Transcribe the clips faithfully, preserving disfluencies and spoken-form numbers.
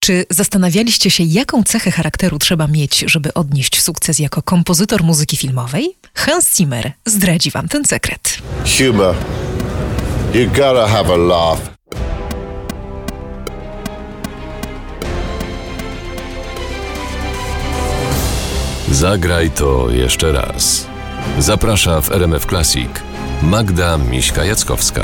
Czy zastanawialiście się, jaką cechę charakteru trzeba mieć, żeby odnieść sukces jako kompozytor muzyki filmowej? Hans Zimmer zdradzi wam ten sekret. Humor. You gotta have a laugh. Zagraj to jeszcze raz. Zaprasza w R M F Classic Magda Miśka-Jackowska.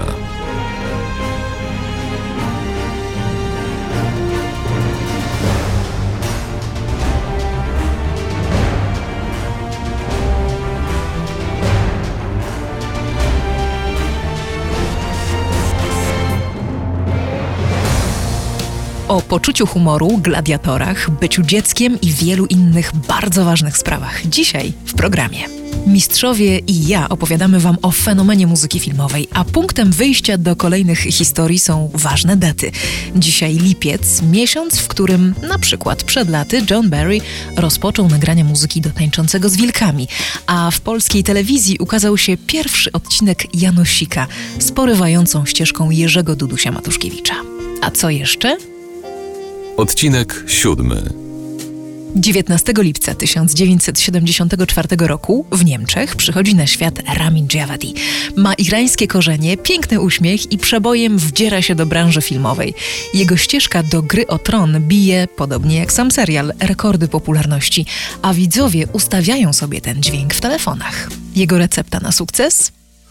O poczuciu humoru, gladiatorach, byciu dzieckiem i wielu innych bardzo ważnych sprawach. Dzisiaj w programie. Mistrzowie i ja opowiadamy wam o fenomenie muzyki filmowej, a punktem wyjścia do kolejnych historii są ważne daty. Dzisiaj lipiec, miesiąc, w którym na przykład przed laty John Barry rozpoczął nagranie muzyki do Tańczącego z wilkami, a w polskiej telewizji ukazał się pierwszy odcinek Janosika z porywającą ścieżką Jerzego Dudusia Matuszkiewicza. A co jeszcze? Odcinek siódmy. dziewiętnastego lipca tysiąc dziewięćset siedemdziesiątego czwartego roku w Niemczech przychodzi na świat Ramin Djawadi. Ma irańskie korzenie, piękny uśmiech i przebojem wdziera się do branży filmowej. Jego ścieżka do Gry o Tron bije, podobnie jak sam serial, rekordy popularności, a widzowie ustawiają sobie ten dźwięk w telefonach. Jego recepta na sukces?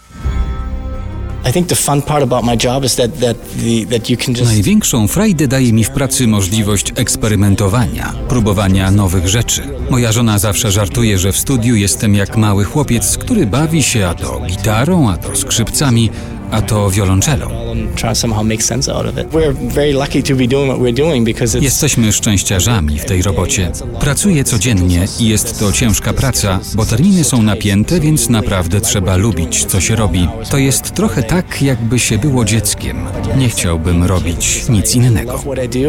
Największą frajdę daje mi w pracy możliwość eksperymentowania, próbowania nowych rzeczy. Moja żona zawsze żartuje, że w studiu jestem jak mały chłopiec, który bawi się a to gitarą, a to skrzypcami, a to wiolonczelą. Jesteśmy szczęściarzami w tej robocie. Pracuję codziennie i jest to ciężka praca, bo terminy są napięte, więc naprawdę trzeba lubić, co się robi. To jest trochę tak, jakby się było dzieckiem. Nie chciałbym robić nic innego.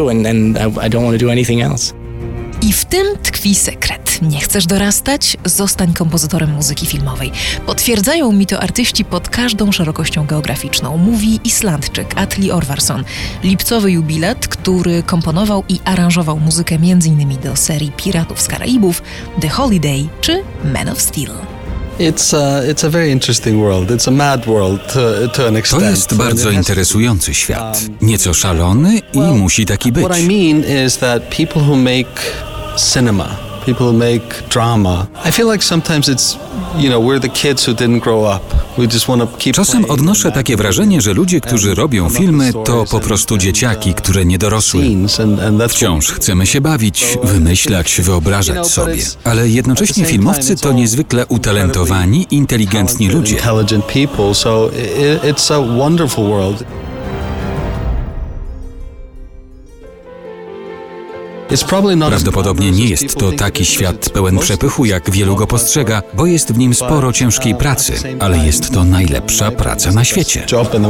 I w tym tkwi sekret. Nie chcesz dorastać? Zostań kompozytorem muzyki filmowej. Potwierdzają mi to artyści pod każdą szerokością geograficzną. Mówi Islandczyk Atli Orvarsson, lipcowy jubilat, który komponował i aranżował muzykę m in do serii Piratów z Karaibów, The Holiday czy Man of Steel. To jest bardzo interesujący świat. Nieco szalony i musi taki być. Cinema. People who make drama. I feel like sometimes it's, you know, we're the kids who didn't grow up. We just want to keep. Czasem odnoszę takie wrażenie, że ludzie, którzy robią filmy, to po prostu dzieciaki, które nie dorosły. Wciąż chcemy się bawić, wymyślać, wyobrażać sobie. Ale jednocześnie filmowcy to niezwykle utalentowani, inteligentni ludzie. Intelligent people, so it's a wonderful world. Prawdopodobnie nie jest to taki świat pełen przepychu, jak wielu go postrzega, bo jest w nim sporo ciężkiej pracy, ale jest to najlepsza praca na świecie.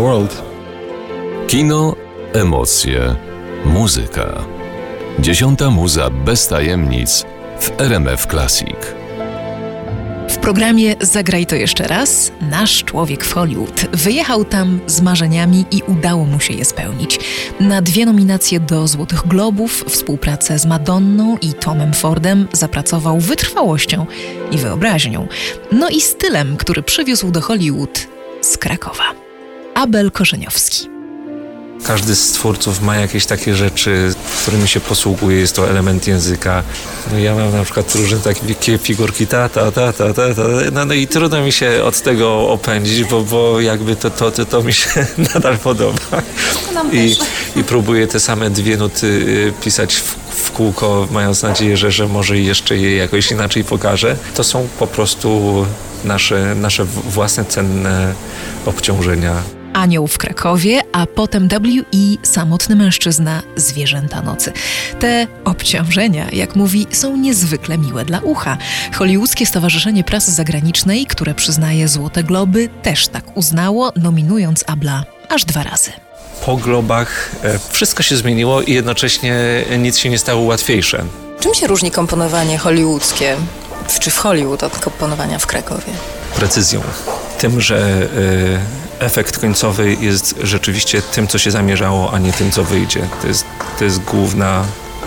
Kino, emocje, muzyka. Dziesiąta muza bez tajemnic w R M F Classic. W programie Zagraj to jeszcze raz nasz człowiek w Hollywood. Wyjechał tam z marzeniami i udało mu się je spełnić. Na dwie nominacje do Złotych Globów, współpracę z Madonną i Tomem Fordem zapracował wytrwałością i wyobraźnią. No i stylem, który przywiózł do Hollywood z Krakowa. Abel Korzeniowski. Każdy z twórców ma jakieś takie rzeczy, którymi się posługuje, jest to element języka. No ja mam na przykład różne takie figurki ta, ta, ta, ta, ta, ta. No, no i trudno mi się od tego opędzić, bo, bo jakby to, to, to, to mi się nadal podoba. I, I próbuję te same dwie nuty pisać w, w kółko, mając nadzieję, że, że może jeszcze je jakoś inaczej pokażę. To są po prostu nasze, nasze własne cenne obciążenia. Anioł w Krakowie, a potem W E Samotny mężczyzna, Zwierzęta nocy. Te obciążenia, jak mówi, są niezwykle miłe dla ucha. Hollywoodzkie Stowarzyszenie Prasy Zagranicznej, które przyznaje Złote Globy, też tak uznało, nominując Abla aż dwa razy. Po globach wszystko się zmieniło i jednocześnie nic się nie stało łatwiejsze. Czym się różni komponowanie hollywoodzkie, czy w Hollywood od komponowania w Krakowie? Precyzją. Tym, że y, efekt końcowy jest rzeczywiście tym, co się zamierzało, a nie tym, co wyjdzie. To jest, to jest główna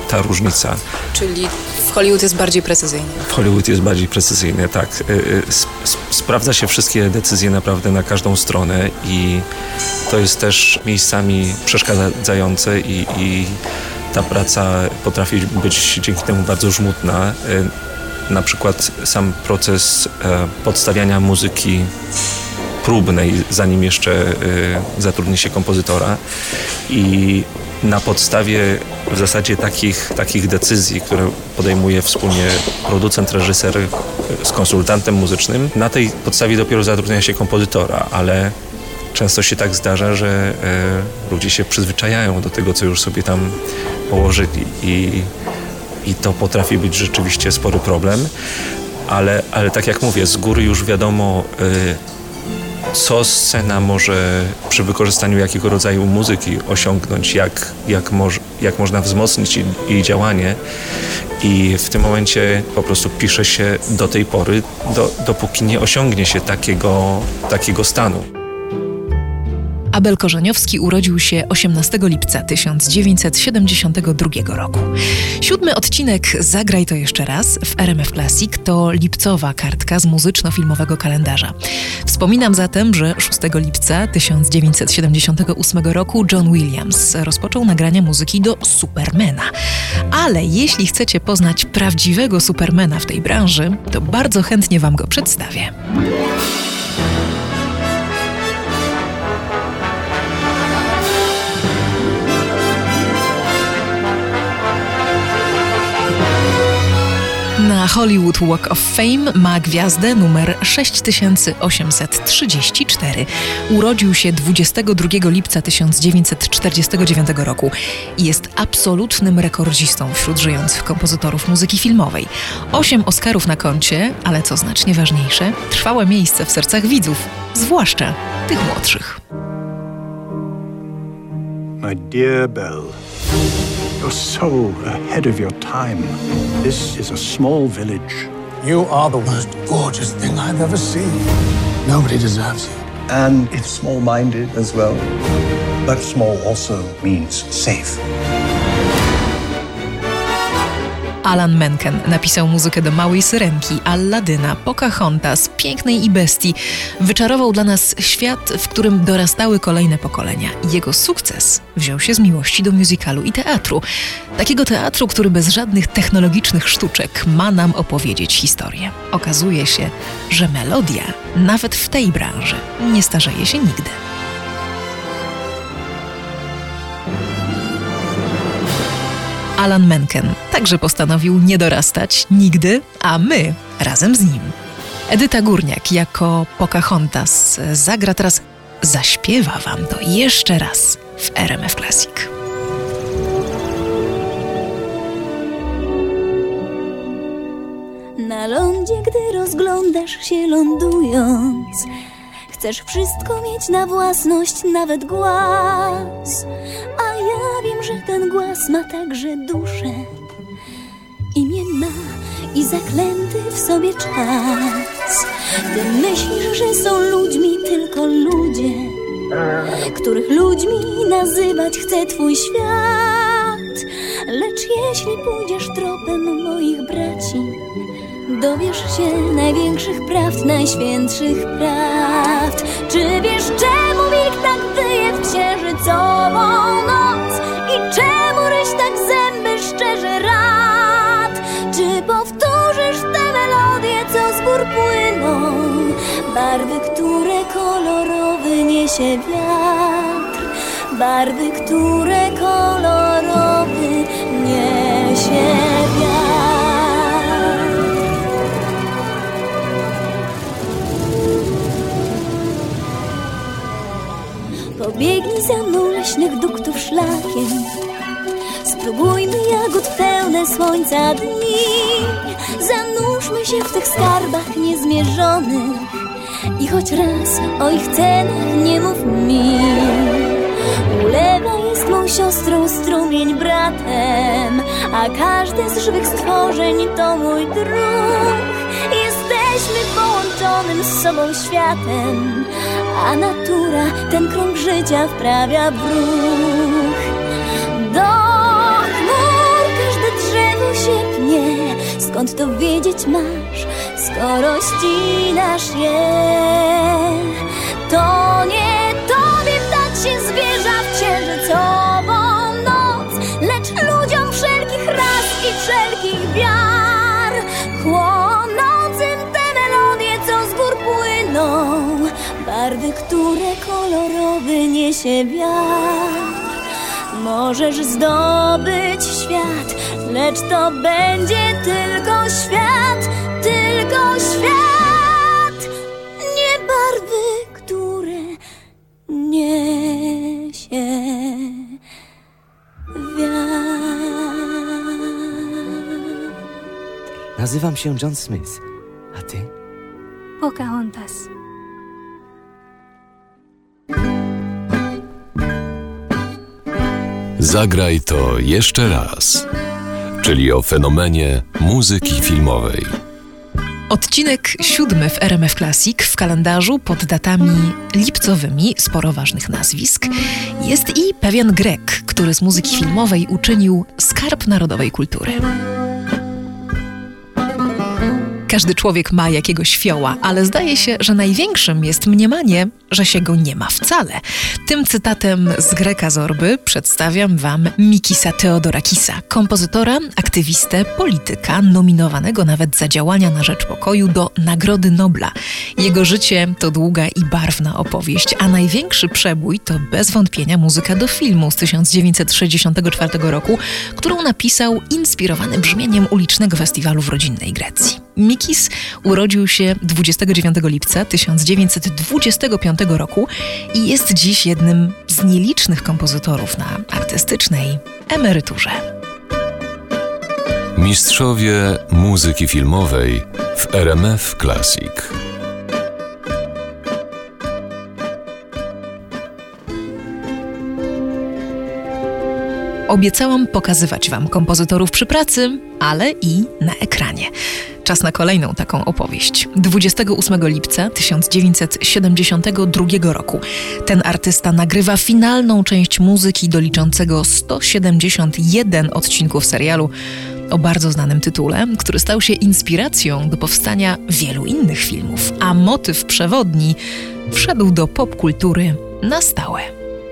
ta różnica. Czyli w Hollywood jest bardziej precyzyjny. W Hollywood jest bardziej precyzyjny, tak. Sp- sp- sprawdza się wszystkie decyzje naprawdę na każdą stronę i to jest też miejscami przeszkadzające i, i ta praca potrafi być dzięki temu bardzo żmudna. Na przykład sam proces podstawiania muzyki próbnej, zanim jeszcze zatrudni się kompozytora i na podstawie w zasadzie takich, takich decyzji, które podejmuje wspólnie producent, reżyser z konsultantem muzycznym, na tej podstawie dopiero zatrudnia się kompozytora, ale często się tak zdarza, że e, ludzie się przyzwyczajają do tego, co już sobie tam położyli i, i to potrafi być rzeczywiście spory problem, ale, ale tak jak mówię, z góry już wiadomo, e, co scena może przy wykorzystaniu jakiego rodzaju muzyki osiągnąć, jak, jak, moż, jak można wzmocnić jej, jej działanie i w tym momencie po prostu pisze się do tej pory, do, dopóki nie osiągnie się takiego, takiego stanu. Abel Korzeniowski urodził się osiemnastego lipca tysiąc dziewięćset siedemdziesiątego drugiego roku. Siódmy odcinek Zagraj to jeszcze raz w R M F Classic to lipcowa kartka z muzyczno-filmowego kalendarza. Wspominam zatem, że szóstego lipca tysiąc dziewięćset siedemdziesiątego ósmego roku John Williams rozpoczął nagrania muzyki do Supermana. Ale jeśli chcecie poznać prawdziwego Supermana w tej branży, to bardzo chętnie wam go przedstawię. Na Hollywood Walk of Fame ma gwiazdę numer sześć tysięcy osiemset trzydzieści cztery. Urodził się dwudziestego drugiego lipca tysiąc dziewięćset czterdziestego dziewiątego roku i jest absolutnym rekordzistą wśród żyjących kompozytorów muzyki filmowej. Osiem Oscarów na koncie, ale co znacznie ważniejsze, trwałe miejsce w sercach widzów, zwłaszcza tych młodszych. My dear Belle, you're so ahead of your time. This is a small village. You are the most gorgeous thing I've ever seen. Nobody deserves you. And it's small-minded as well. But small also means safe. Alan Menken napisał muzykę do Małej Syrenki, Alladyna, Pocahontas, Pięknej i Bestii. Wyczarował dla nas świat, w którym dorastały kolejne pokolenia. Jego sukces wziął się z miłości do musicalu i teatru. Takiego teatru, który bez żadnych technologicznych sztuczek ma nam opowiedzieć historię. Okazuje się, że melodia, nawet w tej branży, nie starzeje się nigdy. Alan Menken także postanowił nie dorastać nigdy, a my razem z nim. Edyta Górniak jako Pocahontas zagra teraz, zaśpiewa wam to jeszcze raz w R M F Classic. Na lądzie, gdy rozglądasz się lądując, chcesz wszystko mieć na własność, nawet głaz. A ja wiem, że ten głaz ma także duszę. Imię ma i zaklęty w sobie czas. Ty myślisz, że są ludźmi tylko ludzie, których ludźmi nazywać chce twój świat. Lecz jeśli pójdziesz tropem moich braci, dowiesz się największych prawd, najświętszych prawd. Czy wiesz, czemu wilk tak wyje w księżycową noc? I czemu ryś tak zęby szczerze rad? Czy powtórzysz tę melodię, co z gór płyną? Barwy, które kolorowy niesie wiatr. Barwy, które kolorowy niesie wiatr. Pobiegnij za mną leśnych duktów szlakiem, spróbujmy jagód pełne słońca dni. Zanurzmy się w tych skarbach niezmierzonych i choć raz o ich cenach nie mów mi. Ulewa jest mą siostrą, strumień bratem, a każde z żywych stworzeń to mój druh. Jesteśmy połączonym z sobą światem, a natura ten krąg życia wprawia w ruch. Do chmur każdy skąd to wiedzieć masz, skoro ścinasz je? To nie tobie wdać się zwierza w księżycową noc, lecz ludziom wszelkich ras i wszelkich wiar, chłonącym te melodie, co z gór płyną, barwy, które kolorowy niesie wiatr. Możesz zdobyć świat, lecz to będzie tylko świat, tylko świat, nie barwy, które niesie wiatr. Nazywam się John Smith, a ty? Pocahontas. Zagraj to jeszcze raz, czyli o fenomenie muzyki filmowej. Odcinek siódmy w R M F Classic w kalendarzu pod datami lipcowymi, sporo ważnych nazwisk. Jest i pewien Grek, który z muzyki filmowej uczynił skarb narodowej kultury. Każdy człowiek ma jakiegoś fioła, ale zdaje się, że największym jest mniemanie, że się go nie ma wcale. Tym cytatem z Greka Zorby przedstawiam wam Mikisa Theodorakisa, kompozytora, aktywistę, polityka, nominowanego nawet za działania na rzecz pokoju do Nagrody Nobla. Jego życie to długa i barwna opowieść, a największy przebój to bez wątpienia muzyka do filmu z tysiąc dziewięćset sześćdziesiątego czwartego roku, którą napisał inspirowany brzmieniem ulicznego festiwalu w rodzinnej Grecji. Mikis urodził się dwudziestego dziewiątego lipca tysiąc dziewięćset dwudziestego piątego roku i jest dziś jednym z nielicznych kompozytorów na artystycznej emeryturze. Mistrzowie muzyki filmowej w R M F Classic. Obiecałam pokazywać wam kompozytorów przy pracy, ale i na ekranie. Czas na kolejną taką opowieść. dwudziestego ósmego lipca tysiąc dziewięćset siedemdziesiątego drugiego roku ten artysta nagrywa finalną część muzyki do liczącego sto siedemdziesiąt jeden odcinków serialu o bardzo znanym tytule, który stał się inspiracją do powstania wielu innych filmów, a motyw przewodni wszedł do popkultury na stałe.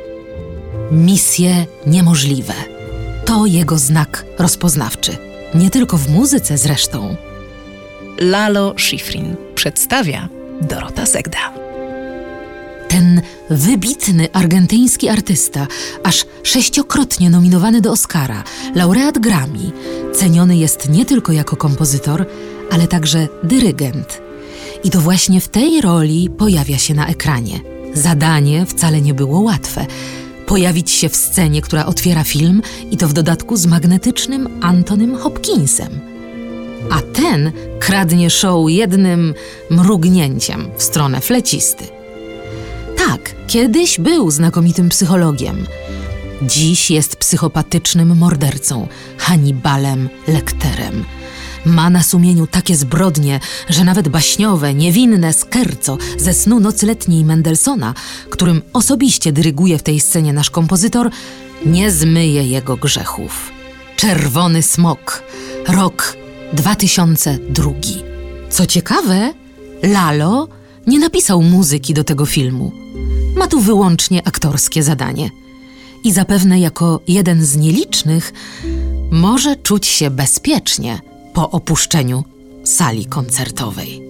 Misje niemożliwe. To jego znak rozpoznawczy. Nie tylko w muzyce zresztą. Lalo Schifrin przedstawia Dorota Segda. Ten wybitny argentyński artysta, aż sześciokrotnie nominowany do Oscara, laureat Grammy, ceniony jest nie tylko jako kompozytor, ale także dyrygent. I to właśnie w tej roli pojawia się na ekranie. Zadanie wcale nie było łatwe. Pojawić się w scenie, która otwiera film i to w dodatku z magnetycznym Antonym Hopkinsem. A ten kradnie show jednym mrugnięciem w stronę flecisty. Tak, kiedyś był znakomitym psychologiem. Dziś jest psychopatycznym mordercą, Hannibalem Lecterem. Ma na sumieniu takie zbrodnie, że nawet baśniowe, niewinne scherzo ze Snu nocy letniej Mendelssohna, którym osobiście dyryguje w tej scenie nasz kompozytor, nie zmyje jego grzechów. Czerwony smok, rok dwa tysiące drugi. Co ciekawe, Lalo nie napisał muzyki do tego filmu. Ma tu wyłącznie aktorskie zadanie. I zapewne jako jeden z nielicznych może czuć się bezpiecznie po opuszczeniu sali koncertowej.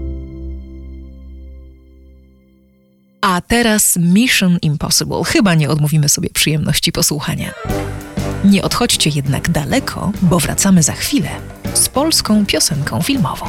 A teraz Mission Impossible. Chyba nie odmówimy sobie przyjemności posłuchania. Nie odchodźcie jednak daleko, bo wracamy za chwilę z polską piosenką filmową.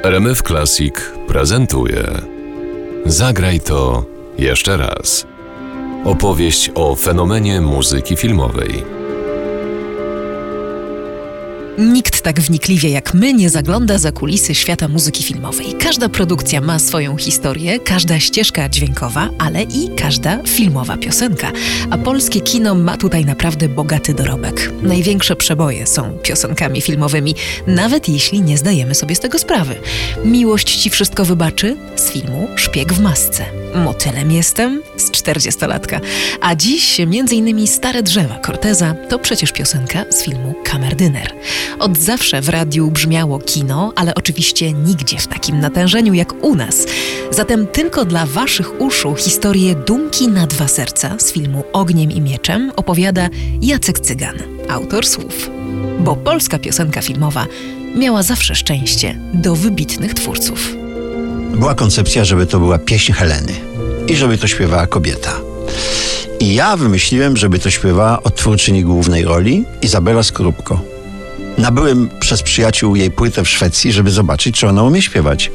R M F Classic prezentuje Zagraj to jeszcze raz. Opowieść o fenomenie muzyki filmowej. Nikt tak wnikliwie jak my nie zagląda za kulisy świata muzyki filmowej. Każda produkcja ma swoją historię, każda ścieżka dźwiękowa, ale i każda filmowa piosenka. A polskie kino ma tutaj naprawdę bogaty dorobek. Największe przeboje są piosenkami filmowymi, nawet jeśli nie zdajemy sobie z tego sprawy. Miłość ci wszystko wybaczy z filmu Szpieg w masce. Motylem jestem z czterdziestolatka. A dziś między innymi Stare drzewa Corteza to przecież piosenka z filmu Kamerdyner. Od zawsze w radiu brzmiało kino, ale oczywiście nigdzie w takim natężeniu jak u nas. Zatem tylko dla waszych uszu historię Dumki na dwa serca z filmu Ogniem i mieczem opowiada Jacek Cygan, autor słów. Bo polska piosenka filmowa miała zawsze szczęście do wybitnych twórców. Była koncepcja, żeby to była pieśń Heleny i żeby to śpiewała kobieta. I ja wymyśliłem, żeby to śpiewała odtwórczyni głównej roli Izabela Skorupko. Nabyłem przez przyjaciół jej płytę w Szwecji, żeby zobaczyć, czy ona umie śpiewać.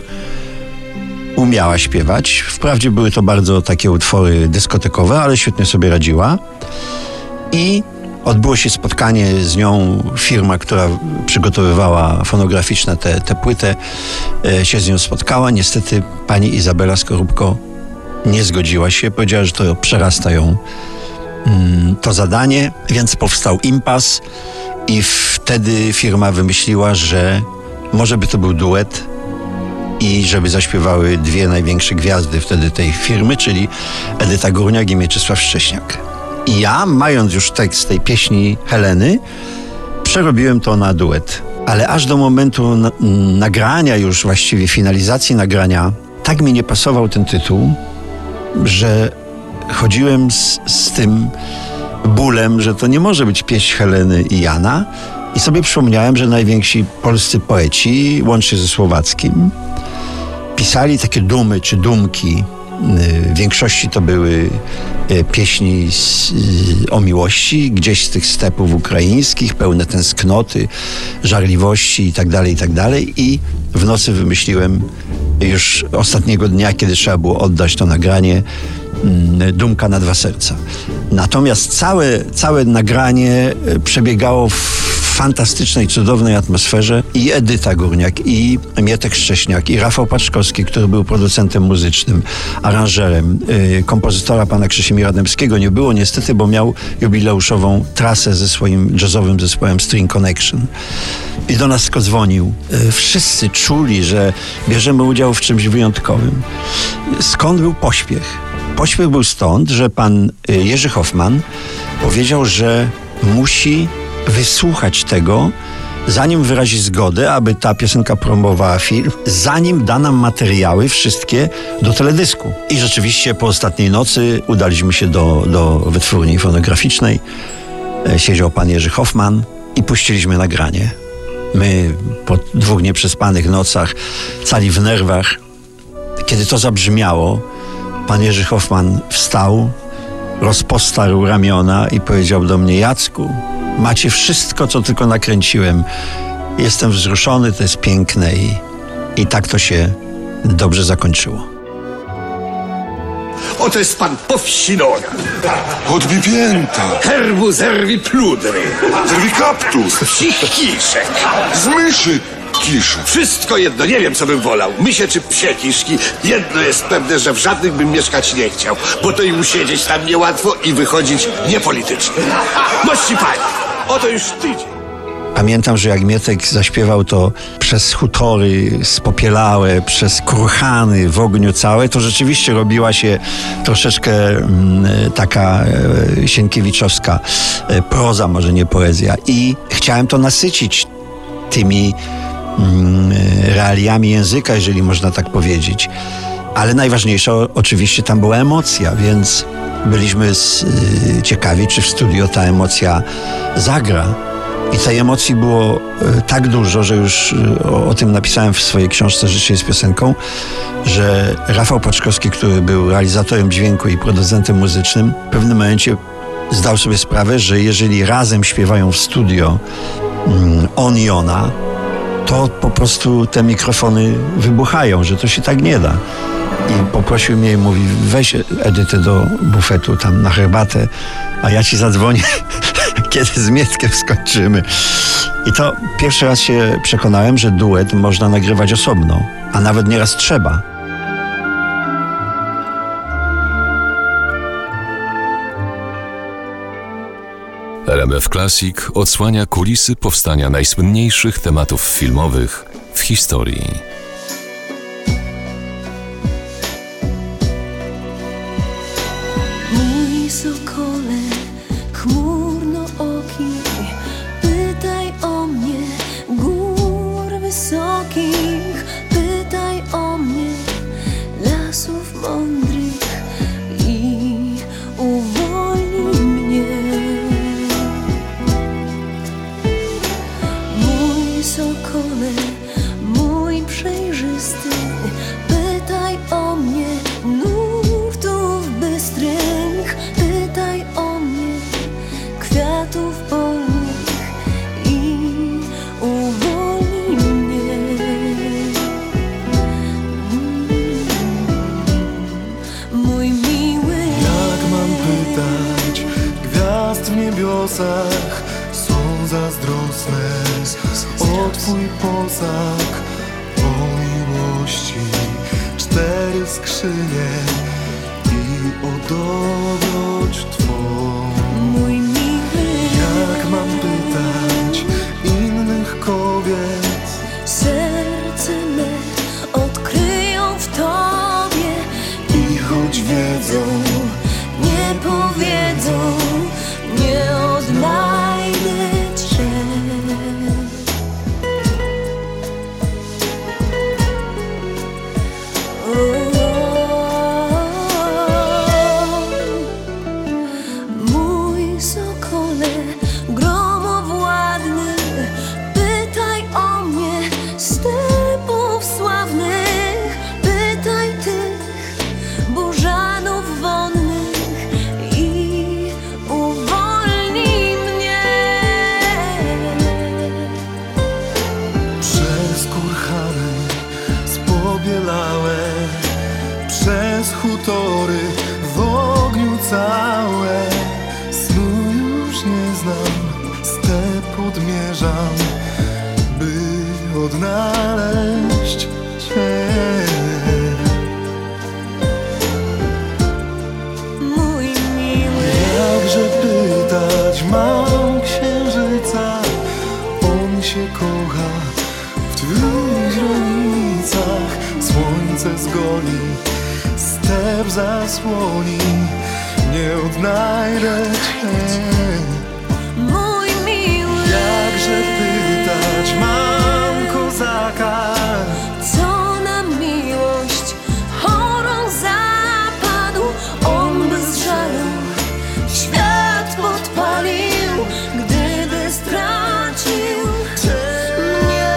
Umiała śpiewać. Wprawdzie były to bardzo takie utwory dyskotekowe, ale świetnie sobie radziła. I odbyło się spotkanie z nią, firma, która przygotowywała fonograficzne tę te, te płytę, e, się z nią spotkała. Niestety pani Izabela Skorupko nie zgodziła się. Powiedziała, że to przerasta ją mm, to zadanie, więc powstał impas i wtedy firma wymyśliła, że może by to był duet i żeby zaśpiewały dwie największe gwiazdy wtedy tej firmy, czyli Edyta Górniak i Mieczysław Szcześniak. I ja, mając już tekst tej pieśni Heleny, przerobiłem to na duet. Ale aż do momentu na- nagrania, już właściwie finalizacji nagrania, tak mi nie pasował ten tytuł, że chodziłem z, z tym bólem, że to nie może być pieśń Heleny i Jana. I sobie przypomniałem, że najwięksi polscy poeci, łącznie ze słowackim, pisali takie dumy czy dumki. W większości to były pieśni z, o miłości, gdzieś z tych stepów ukraińskich, pełne tęsknoty, żarliwości i tak dalej, i tak dalej. I w nocy wymyśliłem już ostatniego dnia, kiedy trzeba było oddać to nagranie, Dumka na dwa serca. Natomiast całe, całe nagranie przebiegało w fantastycznej, cudownej atmosferze i Edyta Górniak, i Mietek Szcześniak, i Rafał Paczkowski, który był producentem muzycznym, aranżerem, yy, kompozytora pana Krzysimira Dębskiego nie było niestety, bo miał jubileuszową trasę ze swoim jazzowym zespołem String Connection. I do nas dzwonił. Yy, wszyscy czuli, że bierzemy udział w czymś wyjątkowym. Skąd był pośpiech? Pośpiech był stąd, że pan Jerzy Hoffman powiedział, że musi wysłuchać tego, zanim wyrazi zgodę, aby ta piosenka promowała film, zanim da nam materiały wszystkie do teledysku. I rzeczywiście po ostatniej nocy udaliśmy się do, do wytwórni fonograficznej. Siedział pan Jerzy Hoffman i puściliśmy nagranie. My po dwóch nieprzespanych nocach, cali w nerwach, kiedy to zabrzmiało, pan Jerzy Hoffman wstał, rozpostarł ramiona i powiedział do mnie: Jacku, macie wszystko, co tylko nakręciłem. Jestem wzruszony, to jest piękne i, i tak to się dobrze zakończyło. Oto jest pan po wsi noga. Odbij pięta. Herbu zerwi pludry. Zerwi kaptus. Psich kiszek. Z myszy kiszy. Wszystko jedno, nie wiem co bym wolał. Mysie czy psie kiszki. Jedno jest pewne, że w żadnych bym mieszkać nie chciał. Bo to i usiedzieć tam niełatwo i wychodzić niepolitycznie. Mości panie, oto już tydzień. Pamiętam, że jak Mietek zaśpiewał to przez hutory spopielałe, przez kurhany w ogniu całe, to rzeczywiście robiła się troszeczkę mm, taka e, sienkiewiczowska e, proza, może nie poezja. I chciałem to nasycić tymi mm, realiami języka, jeżeli można tak powiedzieć. Ale najważniejsza oczywiście tam była emocja, więc byliśmy z, y, ciekawi, czy w studio ta emocja zagra. I tej emocji było y, tak dużo, że już y, o, o tym napisałem w swojej książce Życie jest piosenką, że Rafał Paczkowski, który był realizatorem dźwięku i producentem muzycznym, w pewnym momencie zdał sobie sprawę, że jeżeli razem śpiewają w studio mm, on i ona, to po prostu te mikrofony wybuchają, że to się tak nie da. I poprosił mnie i mówi, weź Edytę do bufetu tam na herbatę, a ja ci zadzwonię, kiedy z Mietkiem skończymy. I to pierwszy raz się przekonałem, że duet można nagrywać osobno, a nawet nieraz trzeba. R M F Classic odsłania kulisy powstania najsłynniejszych tematów filmowych w historii. Mój sokole, chmurnooki, pytaj o mnie gór wysokich, pytaj o mnie lasów mądrych i uwolnij mnie. Mój sokole, mój przejrzysty, pytaj o mnie nurtów bystrych, pytaj o mnie kwiatów polnych i uwolnij mnie. Mój miły, jak mam pytać gwiazd w niebiosach, są zazdrosne o twój posag, o miłości cztery skrzynie i o dobroć twą. mój miły, Jak mam pytać innych kobiet, serce me odkryją w tobie i choć wiedzą, nie powiedzą, nie odnajdę cię. Mój sokole, gromowładny, pytaj o mnie stepów sławnych, pytaj tych burzanów wonnych i uwolnij mnie. przez kurhany spobielałe, przez hutory w ogniu całe. Snu już nie znam, step odmierzam, by odnaleźć cię. Mój miły, Jakże pytać mam księżyca, on się kocha w twych źrenicach. Słońce zgoni, step zasłoni, nie odnajdę cię. mój miły, Jakże pytać mam kozaka, co na miłość chorą zapadł, on bez żalu świat podpalił, gdyby stracił mnie.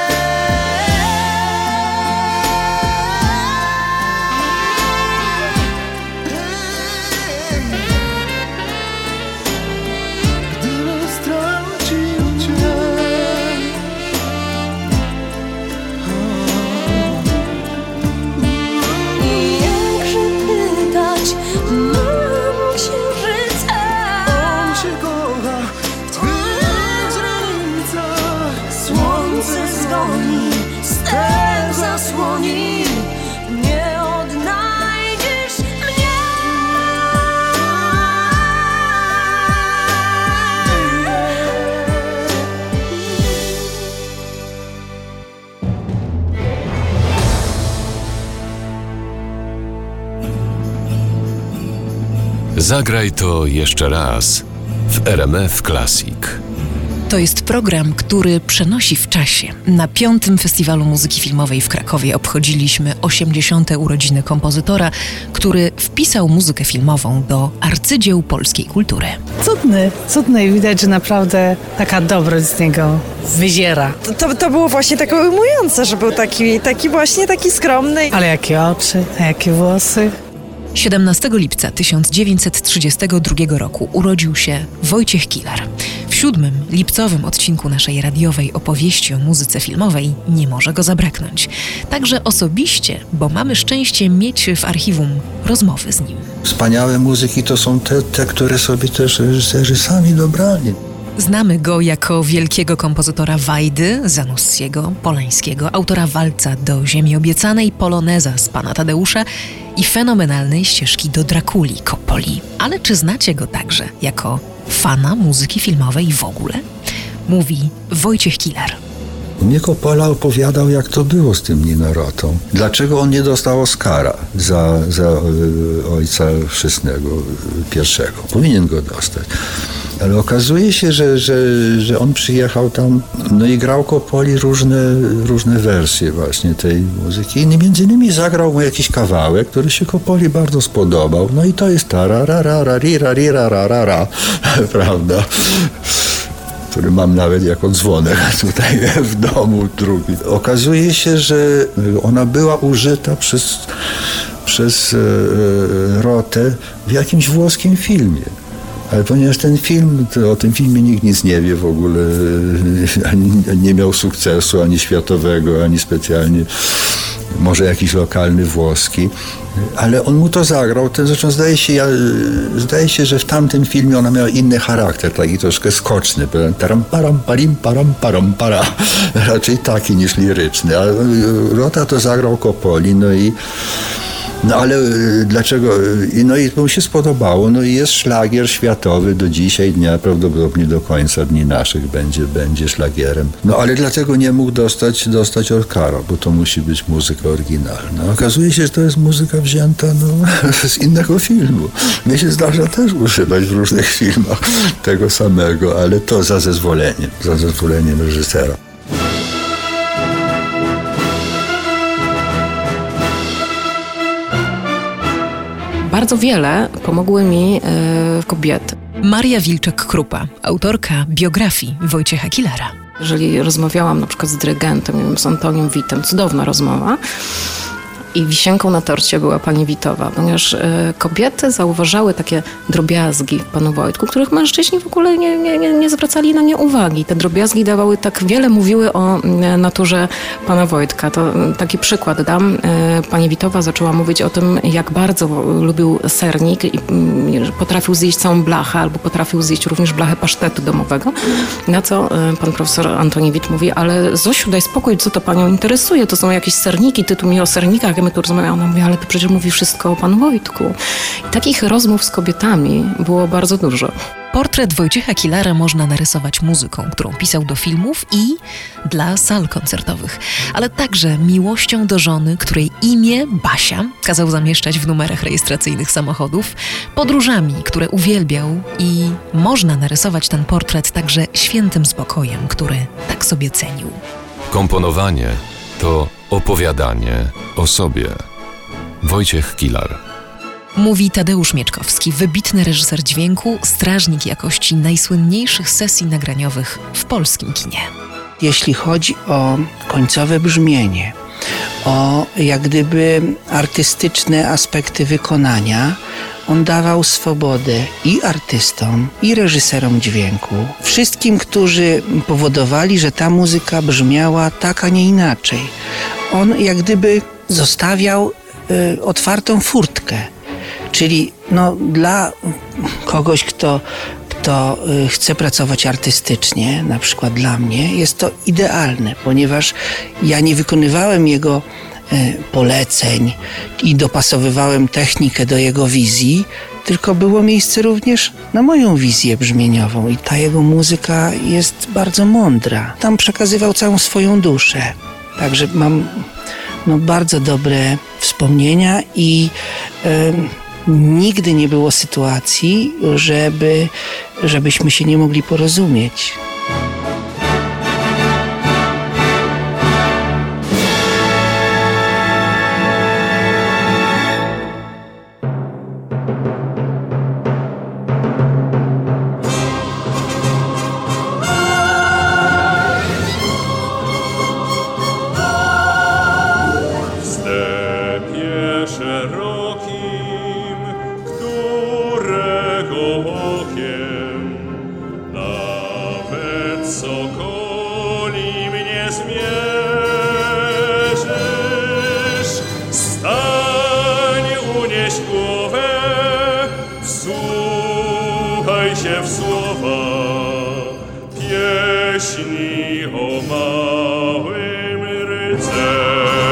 gdyby stracił cię. I jakże pytać mam księżyca, On się kocha w twych źrenicach. słońce zgoni, step zasłoni, nie odnajdziesz mnie. Zagraj to jeszcze raz w R M F Classic. To jest program, który przenosi w czasie. Na piątym Festiwalu Muzyki Filmowej w Krakowie obchodziliśmy osiemdziesiąte urodziny kompozytora, który wpisał muzykę filmową do arcydzieł polskiej kultury. Cudny, cudny i widać, że naprawdę taka dobroć z niego wyziera. To, to było właśnie tak ujmujące, że był taki, taki właśnie taki skromny. Ale jakie oczy, a jakie włosy. siedemnastego lipca tysiąc dziewięćset trzydziestego drugiego roku urodził się Wojciech Kilar. Wśród siódmym, lipcowym odcinku naszej radiowej opowieści o muzyce filmowej nie może go zabraknąć. Także osobiście, bo mamy szczęście mieć w archiwum rozmowy z nim. Wspaniałe muzyki to są te, te które sobie też reżyserzy sami dobrali. Znamy go jako wielkiego kompozytora Wajdy, Zanussiego, Polańskiego, autora walca do Ziemi Obiecanej, poloneza z Pana Tadeusza i fenomenalnej ścieżki do Drakuli Coppoli. Ale czy znacie go także jako fana muzyki filmowej w ogóle? Mówi Wojciech Kilar. Mnie Coppola opowiadał, jak to było z tym Nino Rotą. Dlaczego on nie dostał Oscara za, za y, Ojca Chrzestnego pierwszego. Powinien go dostać. Ale okazuje się, że, że, że on przyjechał tam, no i grał Coppoli różne, różne wersje właśnie tej muzyki. I między innymi zagrał mu jakiś kawałek, który się Coppoli bardzo spodobał. No i to jest ta ra ra ra ra ri ra ri ra ra ra ra, prawda? Który mam nawet jako dzwonek tutaj w domu drugi. Okazuje się, że ona była użyta przez, przez e, Rotę w jakimś włoskim filmie. Ale ponieważ ten film, to o tym filmie nikt nic nie wie w ogóle, ani nie miał sukcesu, ani światowego, ani specjalnie, może jakiś lokalny włoski, ale on mu to zagrał. Ten, zresztą zdaje się, ja, zdaje się, że w tamtym filmie ona miała inny charakter, taki troszkę skoczny, taram param parim param param para, raczej taki niż liryczny, a Rota to zagrał Coppoli, no i No ale dlaczego? No i mu się spodobało, no i jest szlagier światowy do dzisiaj dnia, prawdopodobnie do końca dni naszych będzie, będzie szlagierem. No ale dlatego nie mógł dostać, dostać Oscara, bo to musi być muzyka oryginalna. Okazuje się, że to jest muzyka wzięta no, z innego filmu. Mnie się zdarza też używać w różnych filmach tego samego, ale to za zezwoleniem, za zezwoleniem reżysera. Bardzo wiele pomogły mi e, kobiety. Maria Wilczek-Krupa, autorka biografii Wojciecha Kilara. Jeżeli rozmawiałam na przykład z dyrygentem, nie wiem, z Antonią Witem, cudowna rozmowa, i wisienką na torcie była pani Witowa, ponieważ e, kobiety zauważały takie drobiazgi w panu Wojtku, których mężczyźni w ogóle nie, nie, nie zwracali na nie uwagi. Te drobiazgi dawały tak wiele, mówiły o e, naturze pana Wojtka. To e, taki przykład dam. E, pani Witowa zaczęła mówić o tym, jak bardzo lubił sernik i e, potrafił zjeść całą blachę, albo potrafił zjeść również blachę pasztetu domowego. Na co e, pan profesor Antoni Wit mówi, ale Zosiu, daj spokój, co to panią interesuje? To są jakieś serniki, ty tu mi o sernikach, my tu rozmawiamy. Ona mówi, ale ty przecież mówi wszystko o panu Wojtku. I takich rozmów z kobietami było bardzo dużo. Portret Wojciecha Kilara można narysować muzyką, którą pisał do filmów i dla sal koncertowych, ale także miłością do żony, której imię Basia kazał zamieszczać w numerach rejestracyjnych samochodów, podróżami, które uwielbiał i można narysować ten portret także świętym spokojem, który tak sobie cenił. Komponowanie to opowiadanie o sobie. Wojciech Kilar. Mówi Tadeusz Mieczkowski, wybitny reżyser dźwięku, strażnik jakości najsłynniejszych sesji nagraniowych w polskim kinie. Jeśli chodzi o końcowe brzmienie, o jak gdyby artystyczne aspekty wykonania, on dawał swobodę i artystom, i reżyserom dźwięku, wszystkim, którzy powodowali, że ta muzyka brzmiała tak, a nie inaczej. On jak gdyby zostawiał y, otwartą furtkę, czyli no, dla kogoś, kto, kto y, chce pracować artystycznie, na przykład dla mnie, jest to idealne, ponieważ ja nie wykonywałem jego poleceń i dopasowywałem technikę do jego wizji, tylko było miejsce również na moją wizję brzmieniową i ta jego muzyka jest bardzo mądra. Tam przekazywał całą swoją duszę. Także mam no, bardzo dobre wspomnienia i e, nigdy nie było sytuacji, żeby, żebyśmy się nie mogli porozumieć. Now sokoli mnie zmierzysz. Stań, unieś głowę, wsłuchaj się w słowa pieśni o małym rycerzu.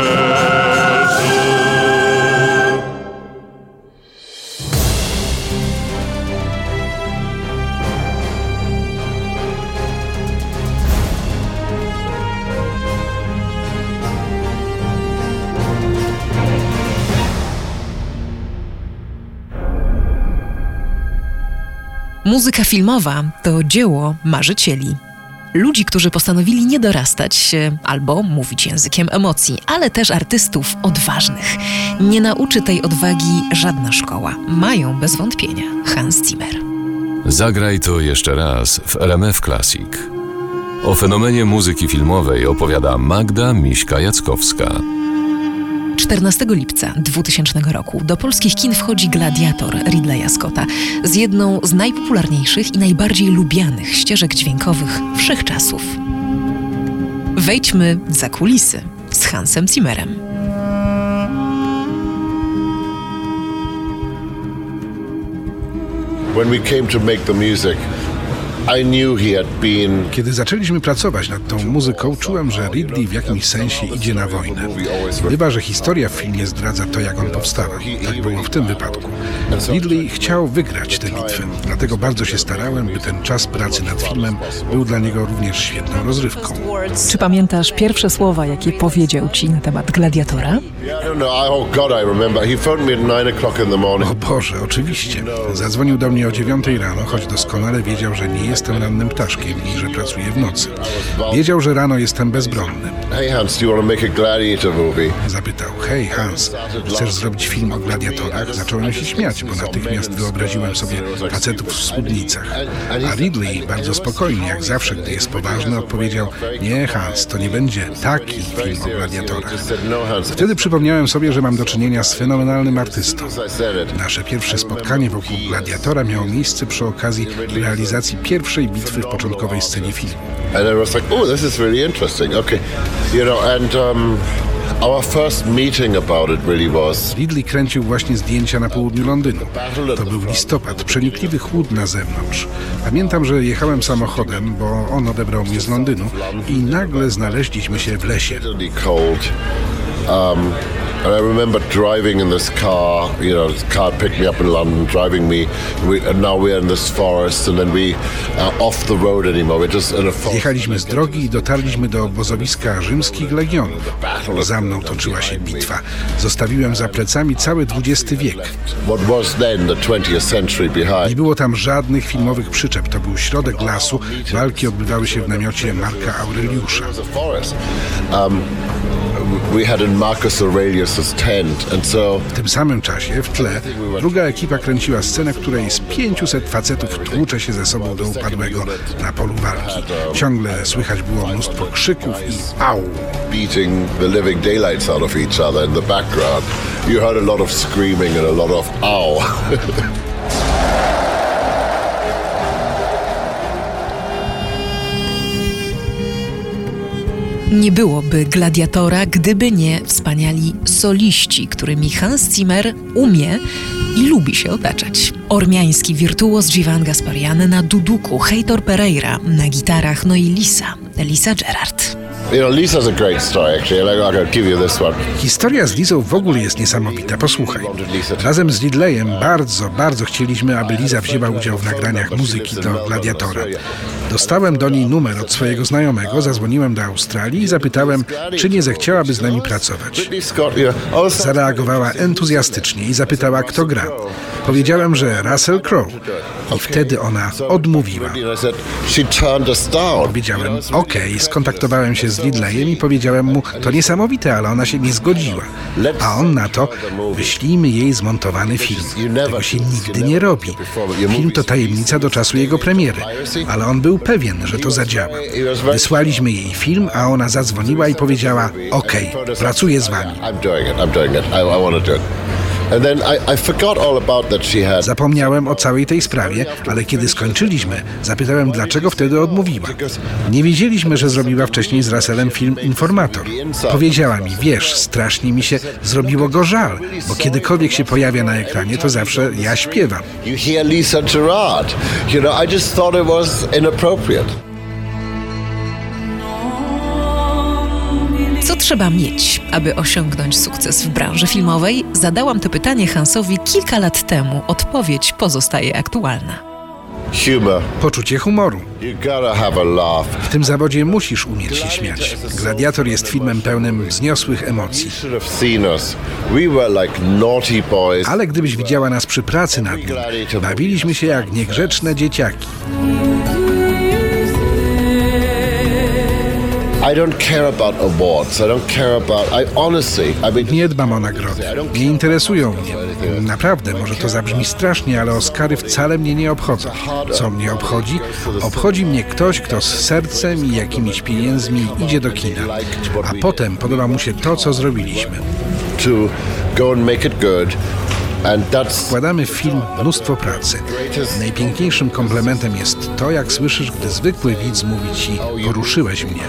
Muzyka filmowa to dzieło marzycieli. Ludzi, którzy postanowili nie dorastać się albo mówić językiem emocji, ale też artystów odważnych. Nie nauczy tej odwagi żadna szkoła. Mają bez wątpienia Hans Zimmer. Zagraj to jeszcze raz w L M F Classic. O fenomenie muzyki filmowej opowiada Magda Miśka-Jackowska. czternastego lipca dwutysięcznego roku do polskich kin wchodzi Gladiator Ridleya Scotta z jedną z najpopularniejszych i najbardziej lubianych ścieżek dźwiękowych wszechczasów. Wejdźmy za kulisy z Hansem Zimmerem. When we came to make the music, I knew he had been... Kiedy zaczęliśmy pracować nad tą muzyką, czułem, że Ridley w jakimś sensie idzie na wojnę. Bywa, że historia w filmie zdradza to, jak on powstawał. Tak było w tym wypadku. Ridley chciał wygrać tę bitwę, dlatego bardzo się starałem, by ten czas pracy nad filmem był dla niego również świetną rozrywką. Czy pamiętasz pierwsze słowa, jakie powiedział ci na temat Gladiatora? O Boże, oczywiście. Zadzwonił do mnie o dziewiątej rano, choć doskonale wiedział, że nie jestem rannym ptaszkiem i że pracuję w nocy. Wiedział, że rano jestem bezbronny. Hey Hans, do you want to make a gladiator movie? Zapytał, hej Hans, chcesz zrobić film o gladiatorach? Zacząłem się śmiać, bo natychmiast wyobraziłem sobie facetów w spódnicach. A Ridley, bardzo spokojnie, jak zawsze, gdy jest poważny, odpowiedział, nie Hans, to nie będzie taki film o gladiatorach. Wtedy przypomniałem sobie, że mam do czynienia z fenomenalnym artystą. Nasze pierwsze spotkanie wokół Gladiatora miało miejsce przy okazji realizacji pierwszej bitwy w początkowej scenie filmu. And I was like, oh, this is really interesting. Okay, you know, and um, our first meeting about it really was... Ridley kręcił właśnie zdjęcia na południu Londynu. To był listopad, przenikliwy chłód na zewnątrz. Pamiętam, że jechałem samochodem, bo on odebrał mnie z Londynu i nagle znaleźliśmy się w lesie. Um, and I remember driving in this car, you know, this car picked me up in London, driving me, we, and now we're in this forest, and then we are off the road anymore, we're just in a forest. Zjechaliśmy z drogi i dotarliśmy do obozowiska rzymskich legionów. Za mną toczyła się bitwa. Zostawiłem za plecami cały dwudziesty wiek. What was then the twentieth century behind. Nie było tam żadnych filmowych przyczep, to był środek lasu, walki odbywały się w namiocie Marka Aureliusza. Um, we had in Marcus Aurelius' tent, and so... W tym samym czasie, w tle, druga ekipa kręciła scenę, w której z pięciuset facetów tłucze się ze sobą do upadłego na polu walki. Ciągle słychać było mnóstwo krzyków i au! Beating the living daylights out of each other in the background. You heard a lot of screaming and a lot of au! Nie byłoby Gladiatora, gdyby nie wspaniali soliści, którymi Hans Zimmer umie i lubi się otaczać. Ormiański wirtuoz Dziwan Gasparian na duduku, Heitor Pereira na gitarach, no i Lisa, Lisa Gerrard. You know, Lisa's a great story, actually. I gotta give you this one. Historia z Lisą w ogóle jest niesamowita. Posłuchaj. Razem z Ridleyem bardzo, bardzo chcieliśmy, aby Lisa wzięła udział w nagraniach muzyki do Gladiatora. Dostałem do niej numer od swojego znajomego, zadzwoniłem do Australii i zapytałem, czy nie zechciałaby z nami pracować. Zareagowała entuzjastycznie i zapytała, kto gra. Powiedziałem, że Russell Crowe. I wtedy ona odmówiła. Powiedziałem, okej, okay. Skontaktowałem się z Ridleyem i powiedziałem mu, to niesamowite, ale ona się nie zgodziła. A on na to, wyślijmy jej zmontowany film. Tego się nigdy nie robi. Film to tajemnica do czasu jego premiery. Ale on był pewien, że to zadziała. Wysłaliśmy jej film, a ona zadzwoniła i powiedziała, okej, okay, pracuję z wami. And then I, I forgot all about that she had. Zapomniałem o całej tej sprawie, ale kiedy skończyliśmy, zapytałem, dlaczego wtedy odmówiła. Nie wiedzieliśmy, że zrobiła wcześniej z Russellem film Informator. Powiedziała mi, wiesz, strasznie mi się zrobiło go żal, bo kiedykolwiek się pojawia na ekranie, to zawsze ja śpiewam. You hear Lisa Gerrard. You know, I just thought it was inappropriate. Co trzeba mieć, aby osiągnąć sukces w branży filmowej? Zadałam to pytanie Hansowi kilka lat temu. Odpowiedź pozostaje aktualna. Humor. Poczucie humoru. You gotta have a laugh. W tym zawodzie musisz umieć się śmiać. Gladiator jest filmem pełnym wzniosłych emocji. Ale gdybyś widziała nas przy pracy nad nim, bawiliśmy się jak niegrzeczne dzieciaki. I don't care about awards. I don't care about. I honestly. I mean, nie dbam o nagrody. Nie interesują mnie. Naprawdę, może to zabrzmi strasznie, ale Oscary wcale mnie nie obchodzą. Co mnie obchodzi? Obchodzi mnie ktoś, kto z sercem i jakimiś pieniędzmi idzie do kina. A potem podoba mu się to, co zrobiliśmy. To go and make it good. Wkładamy w film mnóstwo pracy. Najpiękniejszym komplementem jest to, jak słyszysz, gdy zwykły widz mówi ci, poruszyłeś mnie.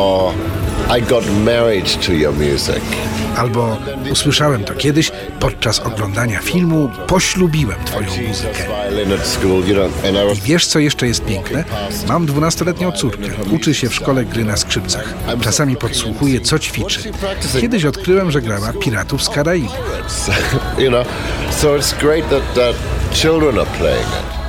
Albo usłyszałem to kiedyś podczas oglądania filmu, poślubiłem twoją muzykę. I wiesz, co jeszcze jest piękne? Mam dwunastoletnią córkę. Uczy się w szkole gry na skrzypcach. Czasami podsłuchuję, co ćwiczy. Kiedyś odkryłem, że grała Piratów z Karaibów. So it's great that, that children are playing it.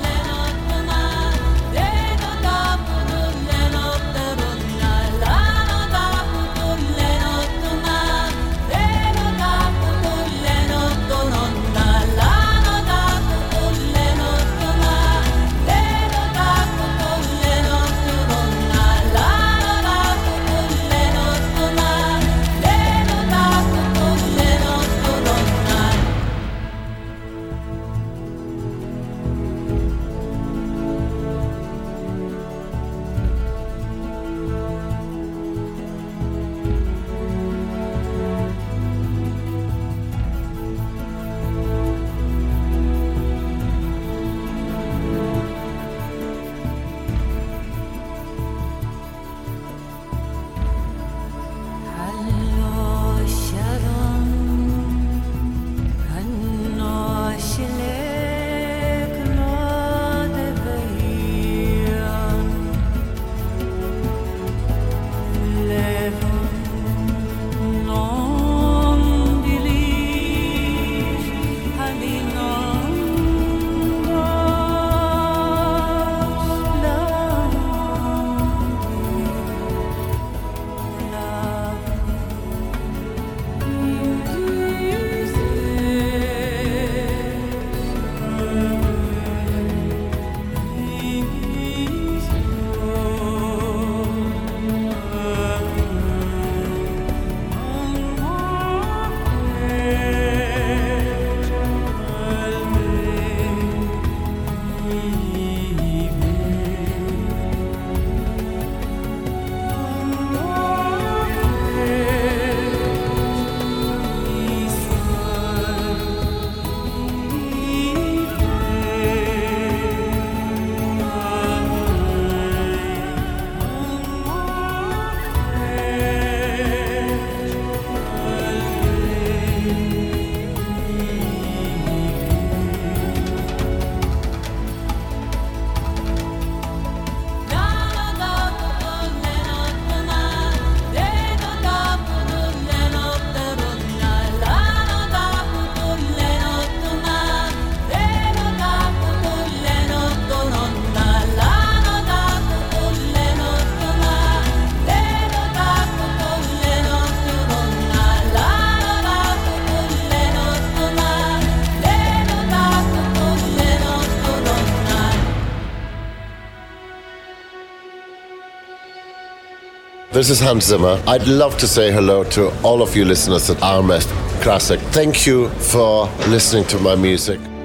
This is Hans Zimmer. I'd love to say hello to all of you listeners at R M F Classic. Thank you for listening to my music.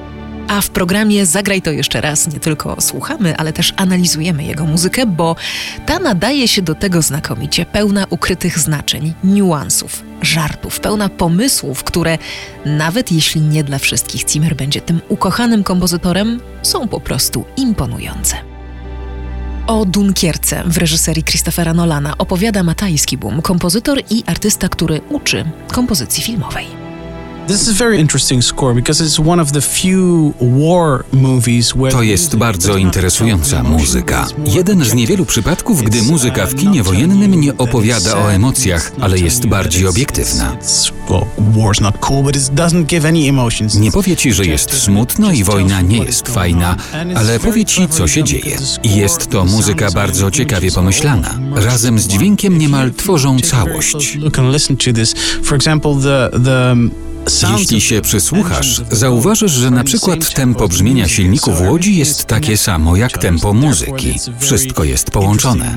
A w programie Zagraj to jeszcze raz nie tylko słuchamy, ale też analizujemy jego muzykę, bo ta nadaje się do tego znakomicie, pełna ukrytych znaczeń, niuansów, żartów, pełna pomysłów, które nawet jeśli nie dla wszystkich Zimmer będzie tym ukochanym kompozytorem, są po prostu imponujące. O Dunkierce w reżyserii Christophera Nolana opowiada Matthijs Kibum, kompozytor i artysta, który uczy kompozycji filmowej. To jest bardzo interesująca muzyka. Jeden z niewielu przypadków, gdy muzyka w kinie wojennym nie opowiada o emocjach, ale jest bardziej obiektywna. Nie powie ci, że jest smutno i wojna nie jest fajna, ale powie ci, co się dzieje. I jest to muzyka bardzo ciekawie pomyślana. Razem z dźwiękiem niemal tworzą całość. Jeśli się przysłuchasz, zauważysz, że na przykład tempo brzmienia silników łodzi jest takie samo jak tempo muzyki. Wszystko jest połączone.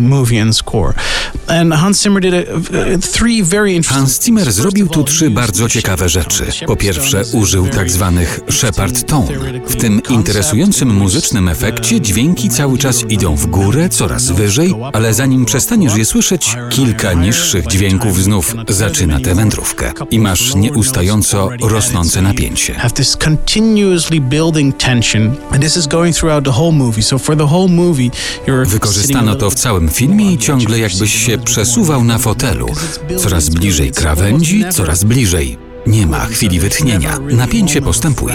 Hans Zimmer zrobił tu trzy bardzo ciekawe rzeczy. Po pierwsze, użył tak zwanych Shepard tone. W tym interesującym muzycznym efekcie dźwięki cały czas idą w górę, coraz wyżej, ale zanim przestaniesz je słyszeć, kilka niższych dźwięków znów zaczyna tę wędrówkę. I masz nieustająco rosnące napięcie. Wykorzystano to w całym filmie i ciągle jakbyś się przesuwał na fotelu. Coraz bliżej krawędzi, coraz bliżej. Nie ma chwili wytchnienia. Napięcie postępuje.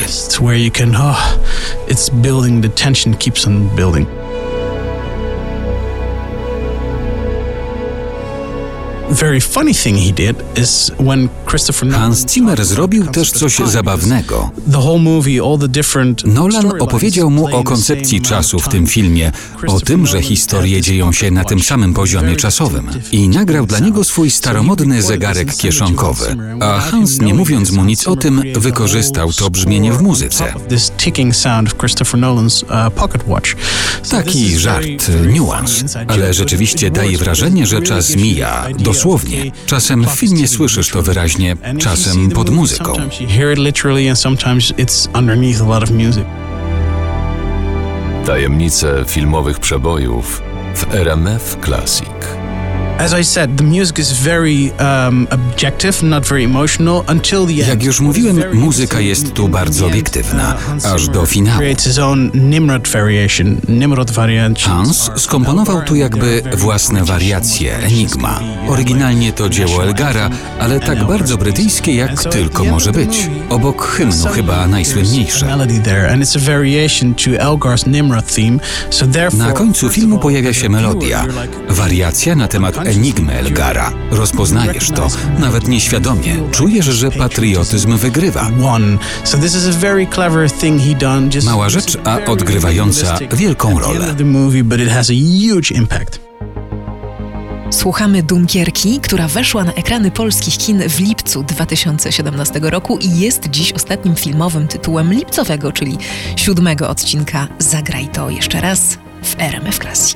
Hans Zimmer zrobił też coś zabawnego. Nolan opowiedział mu o koncepcji czasu w tym filmie, o tym, że historie dzieją się na tym samym poziomie czasowym. I nagrał dla niego swój staromodny zegarek kieszonkowy. A Hans, nie mówiąc mu nic o tym, wykorzystał to brzmienie w muzyce. Taki żart, niuans, ale rzeczywiście daje wrażenie, że czas mija. Dosłownie. Czasem w filmie słyszysz to wyraźnie, czasem pod muzyką. Tajemnice filmowych przebojów w R M F Classic. Jak już mówiłem, muzyka jest tu bardzo obiektywna, aż do finału. Hans skomponował tu jakby własne wariacje, enigma. Oryginalnie to dzieło Elgara, ale tak bardzo brytyjskie, jak tylko może być. Obok hymnu chyba najsłynniejsze. Na końcu filmu pojawia się melodia, wariacja na temat enigmy Elgara. Rozpoznajesz to, nawet nieświadomie. Czujesz, że patriotyzm wygrywa. Mała rzecz, a odgrywająca wielką rolę. Słuchamy Dunkierki, która weszła na ekrany polskich kin w lipcu dwa tysiące siedemnastego roku i jest dziś ostatnim filmowym tytułem lipcowego, czyli siódmego odcinka Zagraj to jeszcze raz w R M F Classic.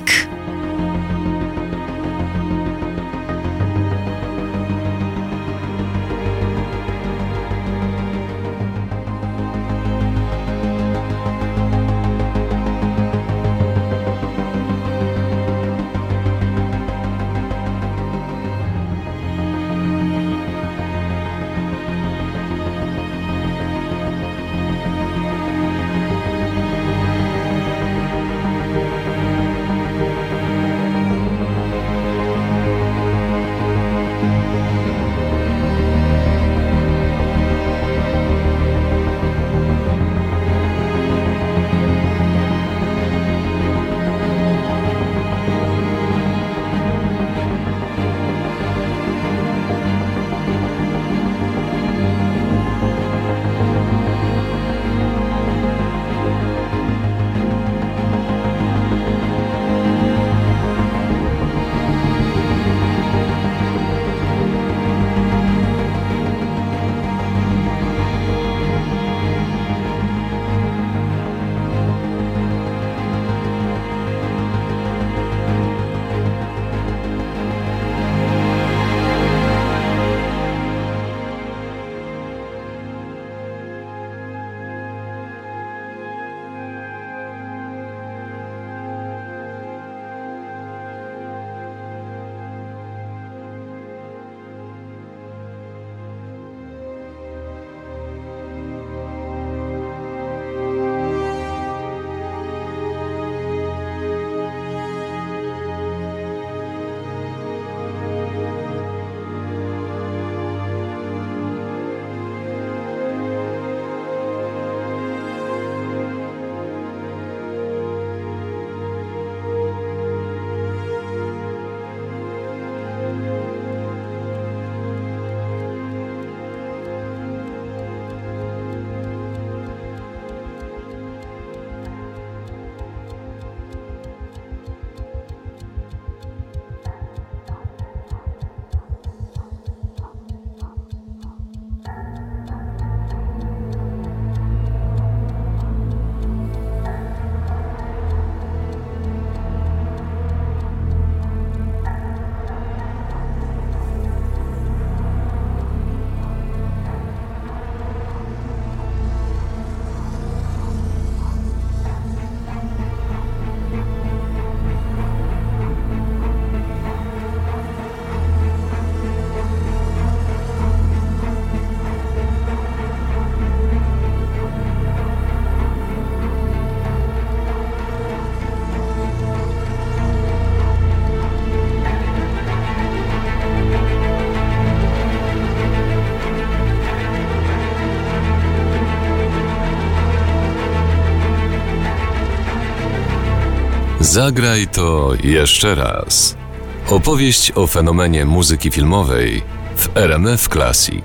Zagraj to jeszcze raz. Opowieść o fenomenie muzyki filmowej w R M F Classic.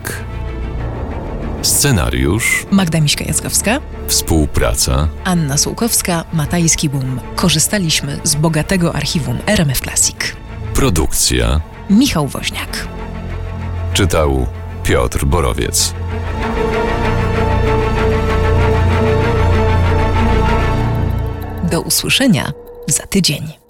Scenariusz Magda Miśka-Jackowska. Współpraca Anna Sułkowska, Matajski Boom. Korzystaliśmy z bogatego archiwum R M F Classic. Produkcja Michał Woźniak. Czytał Piotr Borowiec. Do usłyszenia za tydzień.